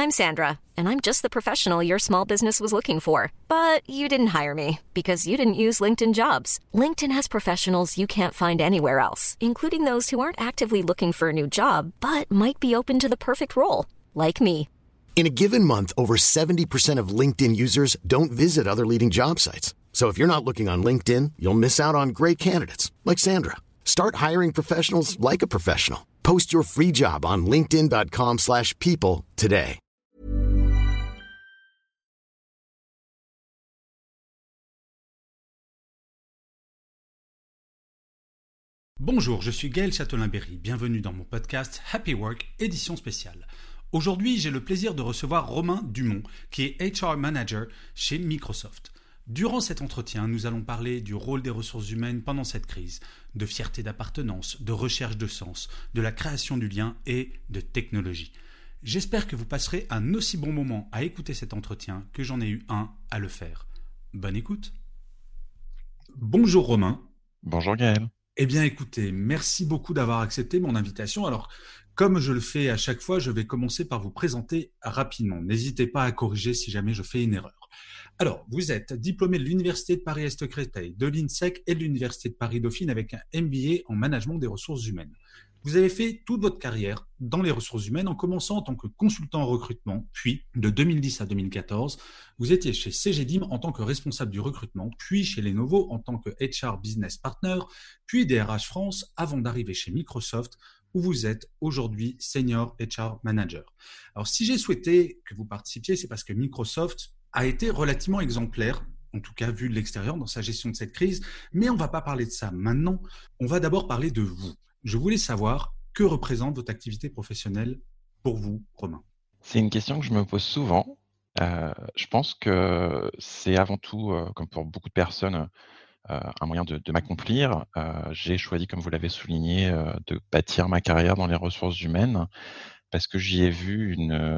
I'm Sandra, and I'm just the professional your small business was looking for. But you didn't hire me because you didn't use LinkedIn Jobs. LinkedIn has professionals you can't find anywhere else, including those who aren't actively looking for a new job, but might be open to the perfect role, like me. In a given month, over 70% of LinkedIn users don't visit other leading job sites. So if you're not looking on LinkedIn, you'll miss out on great candidates like Sandra. Start hiring professionals like a professional. Post your free job on linkedin.com/people today. Bonjour, je suis Gaël Châtelain-Berry. Bienvenue dans mon podcast Happy Work, édition spéciale. Aujourd'hui, j'ai le plaisir de recevoir Romain Dumont, qui est HR Manager chez Microsoft. Durant cet entretien, nous allons parler du rôle des ressources humaines pendant cette crise, de fierté d'appartenance, de recherche de sens, de la création du lien et de technologie. J'espère que vous passerez un aussi bon moment à écouter cet entretien que j'en ai eu un à le faire. Bonne écoute. Bonjour Romain. Bonjour Gaël. Eh bien écoutez, merci beaucoup d'avoir accepté mon invitation. Alors, comme je le fais à chaque fois, je vais commencer par vous présenter rapidement. N'hésitez pas à corriger si jamais je fais une erreur. Alors, vous êtes diplômé de l'Université de Paris-Est-Créteil, de l'INSEC et de l'Université de Paris-Dauphine avec un MBA en management des ressources humaines. Vous avez fait toute votre carrière dans les ressources humaines en commençant en tant que consultant en recrutement, puis de 2010 à 2014, vous étiez chez Cegedim en tant que responsable du recrutement, puis chez Lenovo en tant que HR Business Partner, puis DRH France avant d'arriver chez Microsoft où vous êtes aujourd'hui Senior HR Manager. Alors si j'ai souhaité que vous participiez, c'est parce que Microsoft a été relativement exemplaire, en tout cas vu de l'extérieur, dans sa gestion de cette crise. Mais on ne va pas parler de ça maintenant. On va d'abord parler de vous. Je voulais savoir que représente votre activité professionnelle pour vous, Romain. C'est une question que je me pose souvent. Je pense que c'est avant tout, comme pour beaucoup de personnes, un moyen de m'accomplir. J'ai choisi, comme vous l'avez souligné, de bâtir ma carrière dans les ressources humaines parce que j'y ai vu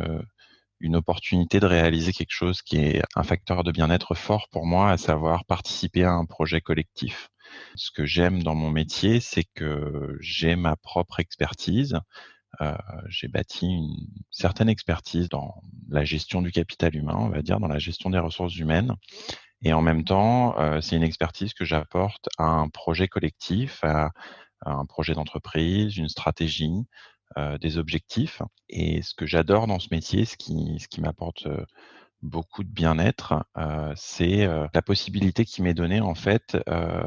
une opportunité de réaliser quelque chose qui est un facteur de bien-être fort pour moi, à savoir participer à un projet collectif. Ce que j'aime dans mon métier, c'est que j'ai ma propre expertise. J'ai bâti une certaine expertise dans la gestion du capital humain, on va dire, dans la gestion des ressources humaines. Et en même temps, c'est une expertise que j'apporte à un projet collectif, à un projet d'entreprise, une stratégie, des objectifs. Et ce que j'adore dans ce métier, ce qui m'apporte beaucoup de bien-être, c'est la possibilité qui m'est donnée en fait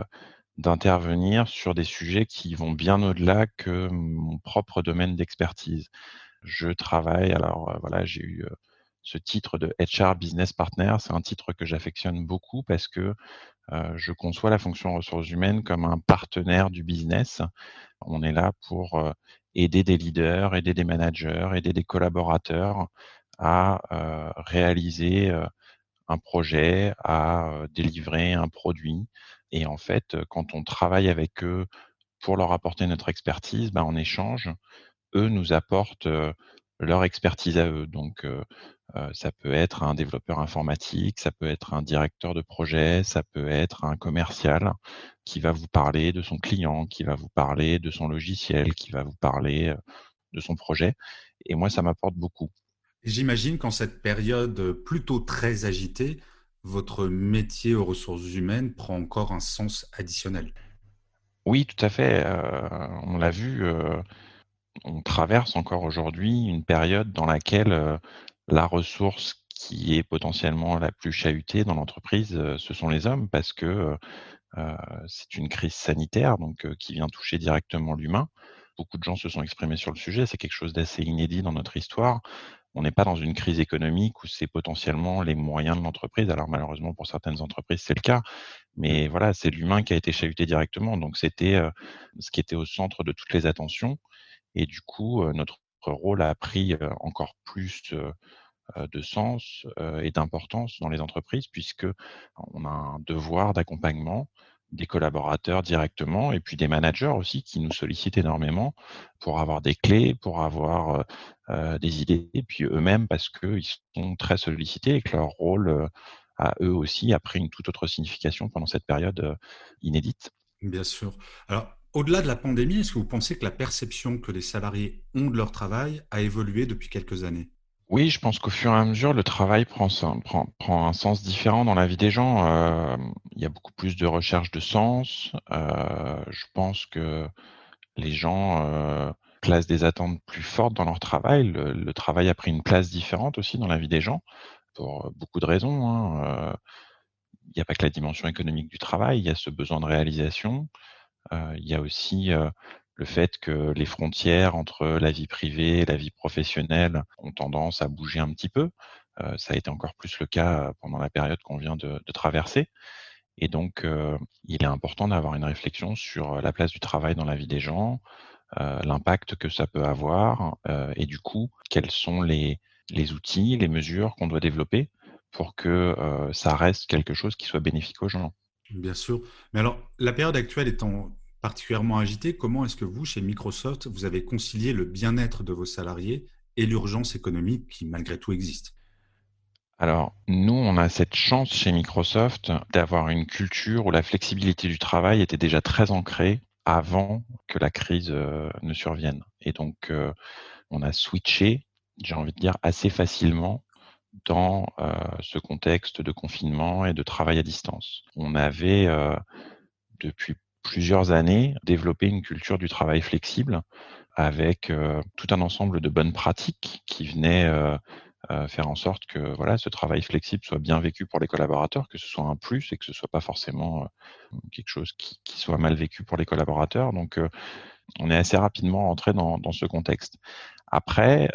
d'intervenir sur des sujets qui vont bien au-delà que mon propre domaine d'expertise. Je travaille, alors voilà, j'ai eu ce titre de HR Business Partner. C'est un titre que j'affectionne beaucoup parce que je conçois la fonction ressources humaines comme un partenaire du business. On est là pour aider des leaders, aider des managers, aider des collaborateurs à réaliser un projet, à délivrer un produit. Et en fait, quand on travaille avec eux pour leur apporter notre expertise, en échange, eux nous apportent leur expertise à eux. Donc, ça peut être un développeur informatique, ça peut être un directeur de projet, ça peut être un commercial qui va vous parler de son client, qui va vous parler de son logiciel, qui va vous parler de son projet. Et moi, ça m'apporte beaucoup. J'imagine qu'en cette période plutôt très agitée, votre métier aux ressources humaines prend encore un sens additionnel. Oui, tout à fait. On l'a vu, on traverse encore aujourd'hui une période dans laquelle la ressource qui est potentiellement la plus chahutée dans l'entreprise, ce sont les hommes parce que c'est une crise sanitaire donc qui vient toucher directement l'humain. Beaucoup de gens se sont exprimés sur le sujet, c'est quelque chose d'assez inédit dans notre histoire. On n'est pas dans une crise économique où c'est potentiellement les moyens de l'entreprise. Alors malheureusement pour certaines entreprises, c'est le cas, mais voilà, c'est l'humain qui a été chahuté directement. Donc c'était ce qui était au centre de toutes les attentions. Et du coup, notre rôle a pris encore plus de sens et d'importance dans les entreprises puisque on a un devoir d'accompagnement des collaborateurs directement et puis des managers aussi qui nous sollicitent énormément pour avoir des clés, pour avoir des idées et puis eux-mêmes parce qu'ils sont très sollicités et que leur rôle à eux aussi a pris une toute autre signification pendant cette période inédite. Bien sûr. Alors, au-delà de la pandémie, est-ce que vous pensez que la perception que les salariés ont de leur travail a évolué depuis quelques années ? Oui, je pense qu'au fur et à mesure, le travail prend un sens différent dans la vie des gens. Il y a beaucoup plus de recherche de sens. Je pense que les gens placent des attentes plus fortes dans leur travail. Le travail a pris une place différente aussi dans la vie des gens pour beaucoup de raisons, hein. Il n'y a pas que la dimension économique du travail, il y a ce besoin de réalisation. Il y a aussi le fait que les frontières entre la vie privée et la vie professionnelle ont tendance à bouger un petit peu. Ça a été encore plus le cas pendant la période qu'on vient de traverser. Et donc, il est important d'avoir une réflexion sur la place du travail dans la vie des gens, l'impact que ça peut avoir, et du coup, quels sont les outils, les mesures qu'on doit développer pour que ça reste quelque chose qui soit bénéfique aux gens. Bien sûr. Mais alors, la période actuelle étant particulièrement agitée, comment est-ce que vous, chez Microsoft, vous avez concilié le bien-être de vos salariés et l'urgence économique qui, malgré tout, existe? Alors, nous, on a cette chance chez Microsoft d'avoir une culture où la flexibilité du travail était déjà très ancrée avant que la crise ne survienne. Et donc, on a switché, j'ai envie de dire, assez facilement dans ce contexte de confinement et de travail à distance. On avait, depuis plusieurs années, développé une culture du travail flexible avec tout un ensemble de bonnes pratiques qui venaient faire en sorte que voilà, ce travail flexible soit bien vécu pour les collaborateurs, que ce soit un plus et que ce soit pas forcément quelque chose qui soit mal vécu pour les collaborateurs. Donc, on est assez rapidement rentré dans ce contexte. Après,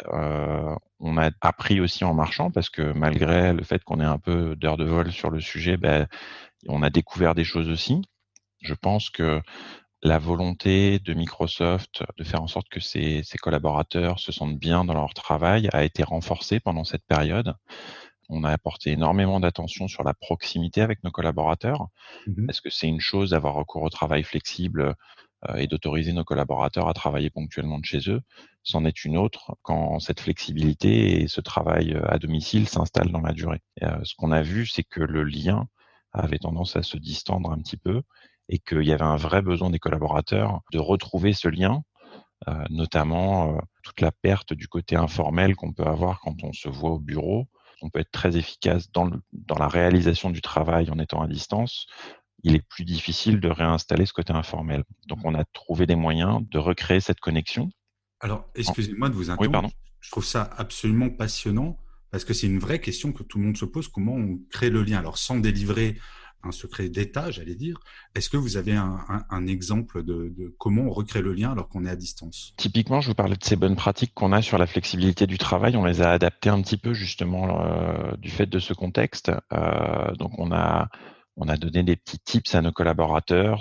on a appris aussi en marchant parce que malgré le fait qu'on ait un peu d'heures de vol sur le sujet, ben, on a découvert des choses aussi. Je pense que la volonté de Microsoft de faire en sorte que ses collaborateurs se sentent bien dans leur travail a été renforcée pendant cette période. On a apporté énormément d'attention sur la proximité avec nos collaborateurs, Mhm. parce que c'est une chose d'avoir recours au travail flexible et d'autoriser nos collaborateurs à travailler ponctuellement de chez eux. C'en est une autre quand cette flexibilité et ce travail à domicile s'installent dans la durée. Ce qu'on a vu, c'est que le lien avait tendance à se distendre un petit peu et qu'il y avait un vrai besoin des collaborateurs de retrouver ce lien, notamment toute la perte du côté informel qu'on peut avoir quand on se voit au bureau. On peut être très efficace dans la réalisation du travail en étant à distance. Il est plus difficile de réinstaller ce côté informel. Donc, on a trouvé des moyens de recréer cette connexion. Alors, excusez-moi de vous Oui, interrompre. pardon. Je trouve ça absolument passionnant parce que c'est une vraie question que tout le monde se pose. Comment on crée le lien? Alors, sans délivrer un secret d'État, j'allais dire, est-ce que vous avez un exemple de comment on recrée le lien alors qu'on est à distance? Typiquement, je vous parlais de ces bonnes pratiques qu'on a sur la flexibilité du travail. On les a adaptées un petit peu justement du fait de ce contexte. Donc, on a donné des petits tips à nos collaborateurs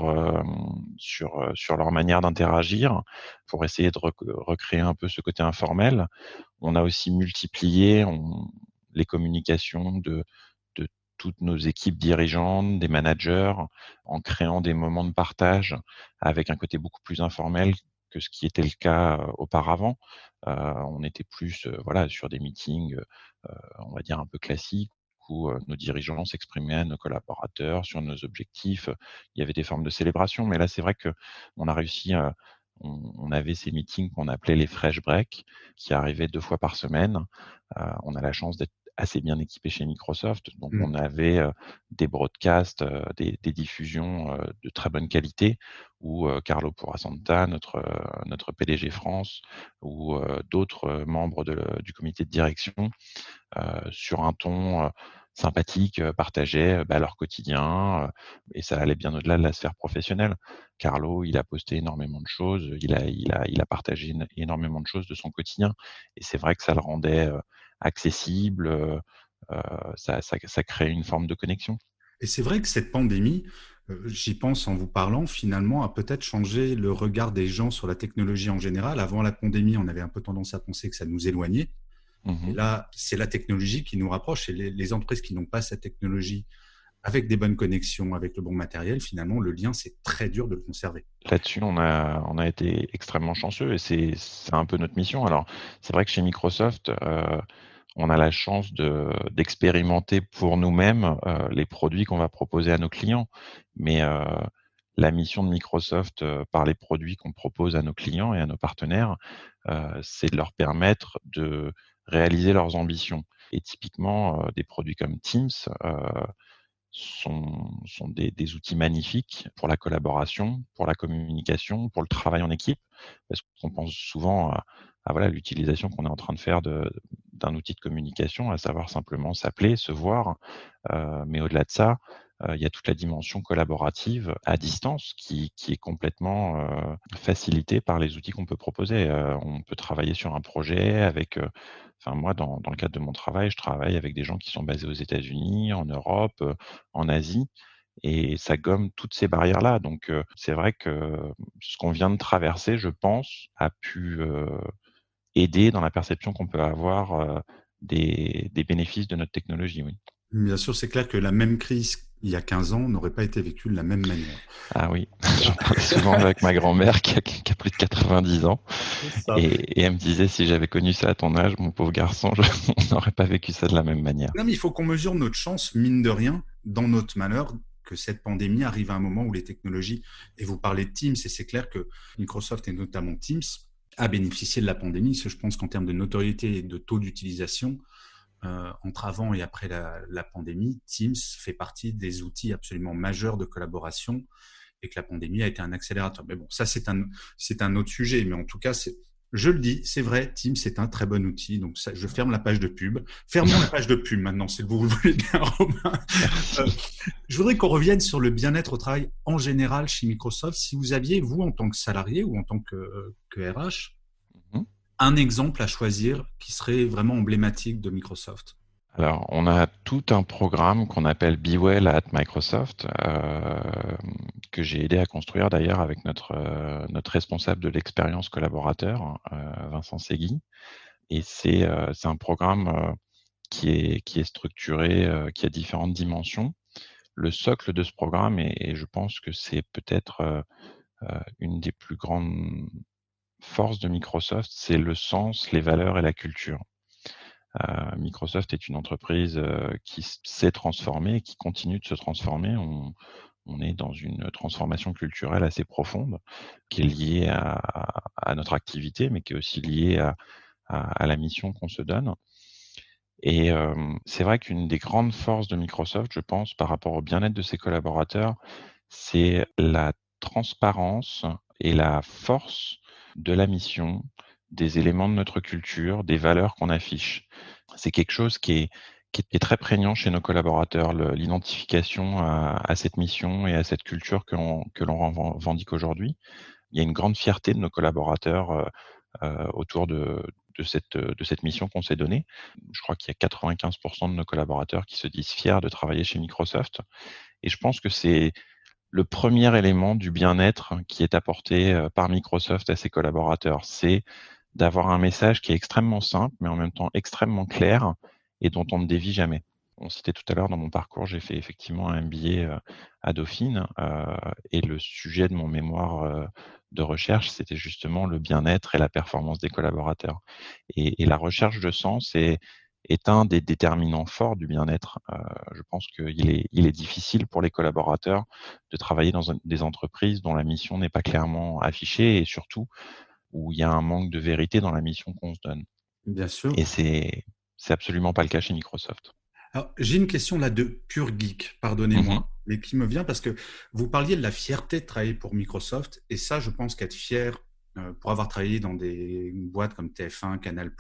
sur leur manière d'interagir pour essayer de recréer un peu ce côté informel. On a aussi multiplié les communications de toutes nos équipes dirigeantes, des managers, en créant des moments de partage avec un côté beaucoup plus informel que ce qui était le cas auparavant. On était plus voilà, sur des meetings, on va dire, un peu classiques où nos dirigeants s'exprimaient à nos collaborateurs sur nos objectifs. Il y avait des formes de célébration, mais là, c'est vrai qu'on a réussi, on avait ces meetings qu'on appelait les fresh breaks, qui arrivaient 2 fois par semaine. On a la chance d'être assez bien équipé chez Microsoft, donc on avait des broadcasts, des diffusions de très bonne qualité où Carlo Porasanta, notre PDG France, ou d'autres membres du comité de direction, sur un ton sympathique, partageaient leur quotidien, et ça allait bien au-delà de la sphère professionnelle. Carlo, il a posté énormément de choses, il a partagé énormément de choses de son quotidien, et c'est vrai que ça le rendait accessible, ça crée une forme de connexion. Et c'est vrai que cette pandémie, j'y pense en vous parlant, finalement, a peut-être changé le regard des gens sur la technologie en général. Avant la pandémie, on avait un peu tendance à penser que ça nous éloignait. Et Mmh. là, c'est la technologie qui nous rapproche. Et les entreprises qui n'ont pas cette technologie, avec des bonnes connexions, avec le bon matériel, finalement, le lien, c'est très dur de le conserver. Là-dessus, on a été extrêmement chanceux et c'est un peu notre mission. Alors, c'est vrai que chez Microsoft, on a la chance d'expérimenter pour nous-mêmes les produits qu'on va proposer à nos clients. Mais la mission de Microsoft par les produits qu'on propose à nos clients et à nos partenaires, c'est de leur permettre de réaliser leurs ambitions. Et typiquement, des produits comme Teams sont des outils magnifiques pour la collaboration, pour la communication, pour le travail en équipe, parce qu'on pense souvent à voilà, l'utilisation qu'on est en train de faire d'un outil de communication, à savoir simplement s'appeler, se voir, mais au-delà de ça, il y a toute la dimension collaborative à distance qui est complètement facilitée par les outils qu'on peut proposer. On peut travailler sur un projet avec enfin moi dans le cadre de mon travail, je travaille avec des gens qui sont basés aux États-Unis, en Europe, en Asie, et ça gomme toutes ces barrières-là. Donc c'est vrai que ce qu'on vient de traverser, je pense, a pu aider dans la perception qu'on peut avoir des bénéfices de notre technologie, oui. Bien sûr, c'est clair que la même crise il y a 15 ans n'aurait pas été vécue de la même manière. Ah oui, j'en parlais souvent avec ma grand-mère qui a plus de 90 ans, et elle me disait, si j'avais connu ça à ton âge, mon pauvre garçon, on n'aurait pas vécu ça de la même manière. Non, mais il faut qu'on mesure notre chance, mine de rien, dans notre malheur, que cette pandémie arrive à un moment où les technologies, et vous parlez de Teams, et c'est clair que Microsoft et notamment Teams a bénéficié de la pandémie. Je pense qu'en termes de notoriété et de taux d'utilisation, entre avant et après la pandémie, Teams fait partie des outils absolument majeurs de collaboration et que la pandémie a été un accélérateur. Mais bon, ça, c'est un autre sujet. Mais en tout cas, je le dis, c'est vrai, Teams, c'est un très bon outil. Donc, ça, je ferme la page de pub. Fermons la page de pub maintenant, si vous le voulez bien, Romain. Je voudrais qu'on revienne sur le bien-être au travail en général chez Microsoft. Si vous aviez, vous, en tant que salarié ou en tant que RH, un exemple à choisir qui serait vraiment emblématique de Microsoft? Alors, on a tout un programme qu'on appelle Be Well at Microsoft, que j'ai aidé à construire d'ailleurs avec notre responsable de l'expérience collaborateur, Vincent Segui. Et c'est un programme qui est structuré, qui a différentes dimensions. Le socle de ce programme, et je pense que c'est peut-être une des plus grandes force de Microsoft, c'est le sens, les valeurs et la culture. Microsoft est une entreprise qui s'est transformée et qui continue de se transformer. On est dans une transformation culturelle assez profonde qui est liée à notre activité, mais qui est aussi liée à la mission qu'on se donne. Et c'est vrai qu'une des grandes forces de Microsoft, je pense, par rapport au bien-être de ses collaborateurs, c'est la transparence et la force de la mission, des éléments de notre culture, des valeurs qu'on affiche. C'est quelque chose qui est très prégnant chez nos collaborateurs, l'identification à cette mission et à cette culture que l'on revendique aujourd'hui. Il y a une grande fierté de nos collaborateurs autour de cette mission qu'on s'est donnée. Je crois qu'il y a 95% de nos collaborateurs qui se disent fiers de travailler chez Microsoft. Et je pense que c'est le premier élément du bien-être qui est apporté par Microsoft à ses collaborateurs. C'est d'avoir un message qui est extrêmement simple, mais en même temps extrêmement clair et dont on ne dévie jamais. On citait tout à l'heure dans mon parcours, j'ai fait effectivement un MBA à Dauphine et le sujet de mon mémoire de recherche, c'était justement le bien-être et la performance des collaborateurs. Et la recherche de sens est un des déterminants forts du bien-être. Je pense qu'il est difficile pour les collaborateurs de travailler dans des entreprises dont la mission n'est pas clairement affichée et surtout où il y a un manque de vérité dans la mission qu'on se donne. Bien sûr. Et c'est absolument pas le cas chez Microsoft. Alors, j'ai une question là de pur geek, pardonnez-moi, mais qui me vient parce que vous parliez de la fierté de travailler pour Microsoft, et ça, je pense qu'être fier pour avoir travaillé dans des boîtes comme TF1, Canal+,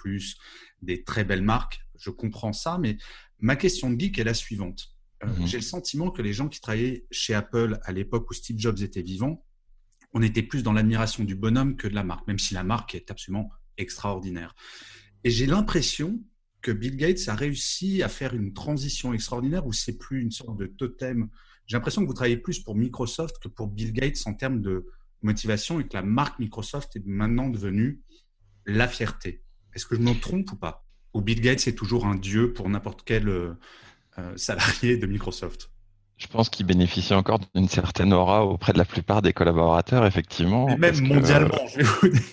des très belles marques, je comprends ça, mais ma question de geek est la suivante. J'ai le sentiment que les gens qui travaillaient chez Apple à l'époque où Steve Jobs était vivant, on était plus dans l'admiration du bonhomme que de la marque, même si la marque est absolument extraordinaire. Et j'ai l'impression que Bill Gates a réussi à faire une transition extraordinaire où c'est plus une sorte de totem. J'ai l'impression que vous travaillez plus pour Microsoft que pour Bill Gates en termes de motivation et que la marque Microsoft est maintenant devenue la fierté. Est-ce que je me trompe ou pas? Ou Bill Gates est toujours un dieu pour n'importe quel salarié de Microsoft? Je pense qu'il bénéficie encore d'une certaine aura auprès de la plupart des collaborateurs, effectivement. Et même mondialement, je vais vous dire.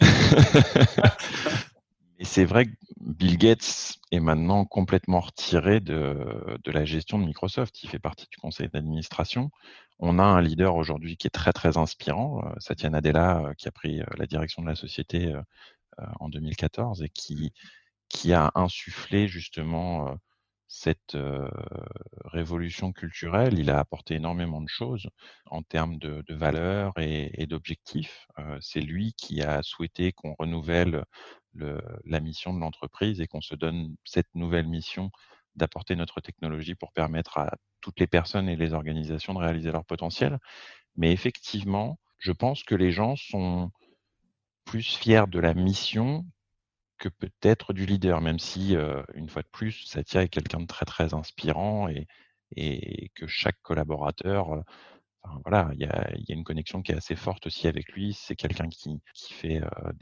Et c'est vrai que Bill Gates est maintenant complètement retiré de la gestion de Microsoft. Il fait partie du conseil d'administration. On a un leader aujourd'hui qui est très, très inspirant, Satya Nadella, qui a pris la direction de la société en 2014 et qui qui a insufflé justement cette révolution culturelle. Il a apporté énormément de choses en termes de valeurs et d'objectifs. C'est lui qui a souhaité qu'on renouvelle la mission de l'entreprise et qu'on se donne cette nouvelle mission d'apporter notre technologie pour permettre à toutes les personnes et les organisations de réaliser leur potentiel. Mais effectivement, je pense que les gens sont plus fiers de la mission que peut-être du leader, même si, une fois de plus, Satya est quelqu'un de très, très inspirant et que chaque collaborateur, enfin voilà, il y a une connexion qui est assez forte aussi avec lui. C'est quelqu'un qui fait,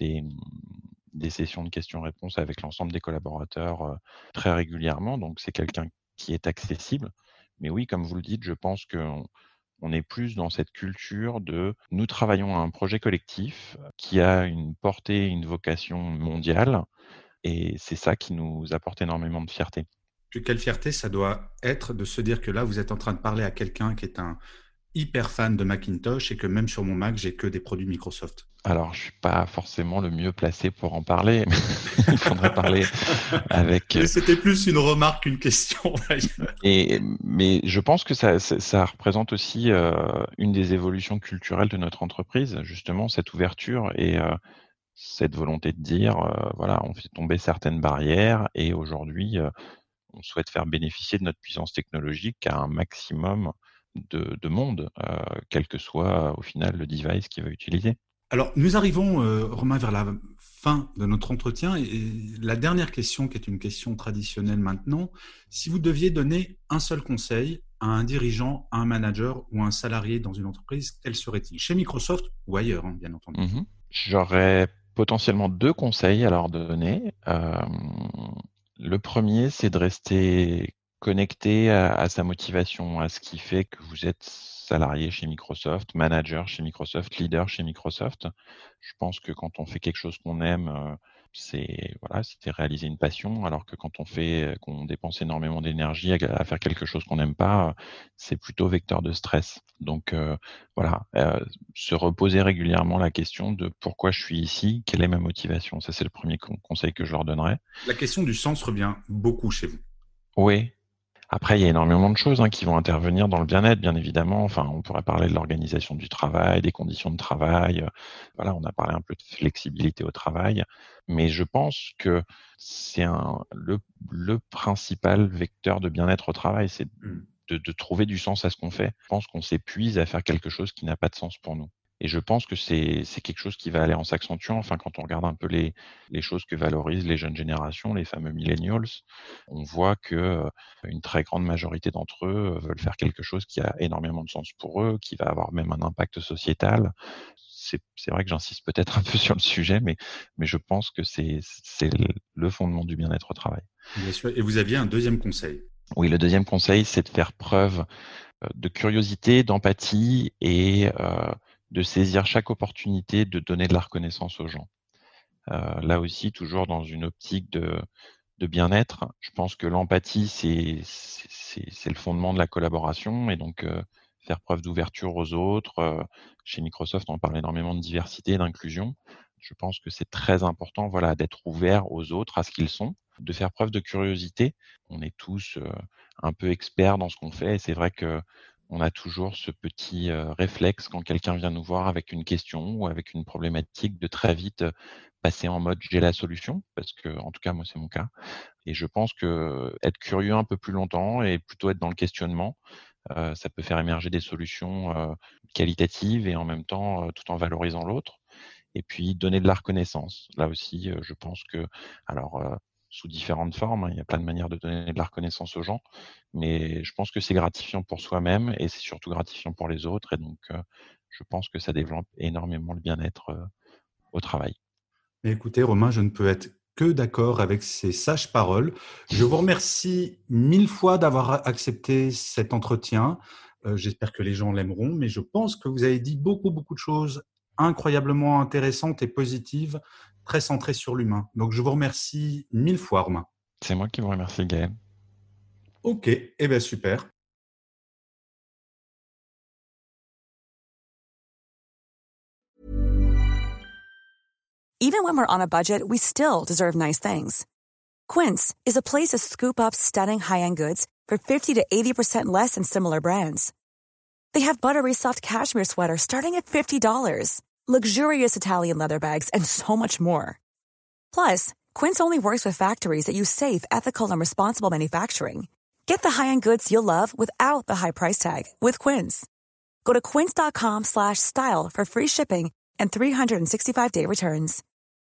des sessions de questions-réponses avec l'ensemble des collaborateurs, très régulièrement, donc c'est quelqu'un qui est accessible. Mais oui, comme vous le dites, je pense qu'on est plus dans cette culture de nous travaillons à un projet collectif qui a une portée, une vocation mondiale et c'est ça qui nous apporte énormément de fierté. Puis quelle fierté ça doit être de se dire que là, vous êtes en train de parler à quelqu'un qui est un hyper fan de Macintosh et que même sur mon Mac, j'ai que des produits Microsoft. Alors, je suis pas forcément le mieux placé pour en parler, mais il faudrait parler avec. Mais c'était plus une remarque qu'une question, d'ailleurs. Mais je pense que ça représente aussi une des évolutions culturelles de notre entreprise, justement cette ouverture et cette volonté de dire, voilà, on fait tomber certaines barrières et aujourd'hui, on souhaite faire bénéficier de notre puissance technologique à un maximum de monde, quel que soit au final le device qu'il va utiliser. Alors, nous arrivons, Romain, vers la fin de notre entretien. Et la dernière question, qui est une question traditionnelle maintenant, si vous deviez donner un seul conseil à un dirigeant, à un manager ou à un salarié dans une entreprise, quel serait-il? Chez Microsoft ou ailleurs, hein, bien entendu. J'aurais potentiellement 2 conseils à leur donner. Le premier, c'est de rester connecté à sa motivation, à ce qui fait que vous êtes salarié chez Microsoft, manager chez Microsoft, leader chez Microsoft. Je pense que quand on fait quelque chose qu'on aime, c'est réaliser une passion, alors que quand qu'on dépense énormément d'énergie à faire quelque chose qu'on n'aime pas, c'est plutôt vecteur de stress. Donc se reposer régulièrement la question de pourquoi je suis ici, quelle est ma motivation. Ça, c'est le premier conseil que je leur donnerais. La question du sens revient beaucoup chez vous. Oui. Après, il y a énormément de choses qui vont intervenir dans le bien-être, bien évidemment. Enfin, on pourrait parler de l'organisation du travail, des conditions de travail. Voilà, on a parlé un peu de flexibilité au travail. Mais je pense que c'est le principal vecteur de bien-être au travail, c'est de trouver du sens à ce qu'on fait. Je pense qu'on s'épuise à faire quelque chose qui n'a pas de sens pour nous. Et je pense que c'est quelque chose qui va aller en s'accentuant. Enfin, quand on regarde un peu les choses que valorisent les jeunes générations, les fameux millennials, on voit que une très grande majorité d'entre eux veulent faire quelque chose qui a énormément de sens pour eux, qui va avoir même un impact sociétal. C'est vrai que j'insiste peut-être un peu sur le sujet, mais je pense que c'est le fondement du bien-être au travail. Bien sûr. Et vous aviez un deuxième conseil. Oui, le deuxième conseil, c'est de faire preuve de curiosité, d'empathie et de saisir chaque opportunité de donner de la reconnaissance aux gens. Là aussi, toujours dans une optique de bien-être, je pense que l'empathie, c'est le fondement de la collaboration et donc faire preuve d'ouverture aux autres. Chez Microsoft, on parle énormément de diversité et d'inclusion. Je pense que c'est très important, voilà, d'être ouvert aux autres, à ce qu'ils sont, de faire preuve de curiosité. On est tous un peu experts dans ce qu'on fait et c'est vrai que on a toujours ce petit réflexe quand quelqu'un vient nous voir avec une question ou avec une problématique de très vite passer en mode j'ai la solution, parce que en tout cas moi c'est mon cas. Et je pense que être curieux un peu plus longtemps et plutôt être dans le questionnement, ça peut faire émerger des solutions qualitatives et en même temps tout en valorisant l'autre. Et puis donner de la reconnaissance. Là aussi, je pense que, alors sous différentes formes, il y a plein de manières de donner de la reconnaissance aux gens, mais je pense que c'est gratifiant pour soi-même et c'est surtout gratifiant pour les autres. Et donc, je pense que ça développe énormément le bien-être au travail. Mais écoutez, Romain, je ne peux être que d'accord avec ces sages paroles. Je vous remercie 1000 fois d'avoir accepté cet entretien. J'espère que les gens l'aimeront, mais je pense que vous avez dit beaucoup de choses incroyablement intéressantes et positives, très centrées sur l'humain. Donc, je vous remercie 1000 fois, Romain. C'est moi qui vous remercie, Gaël. Ok, eh bien super. Even when we're on a budget, we still deserve nice things. Quince is a place to scoop up stunning high-end goods for 50 to 80% less than similar brands. They have buttery soft cashmere sweaters starting at $50, luxurious Italian leather bags, and so much more. Plus, Quince only works with factories that use safe, ethical, and responsible manufacturing. Get the high-end goods you'll love without the high price tag with Quince. Go to quince.com/style for free shipping and 365-day returns.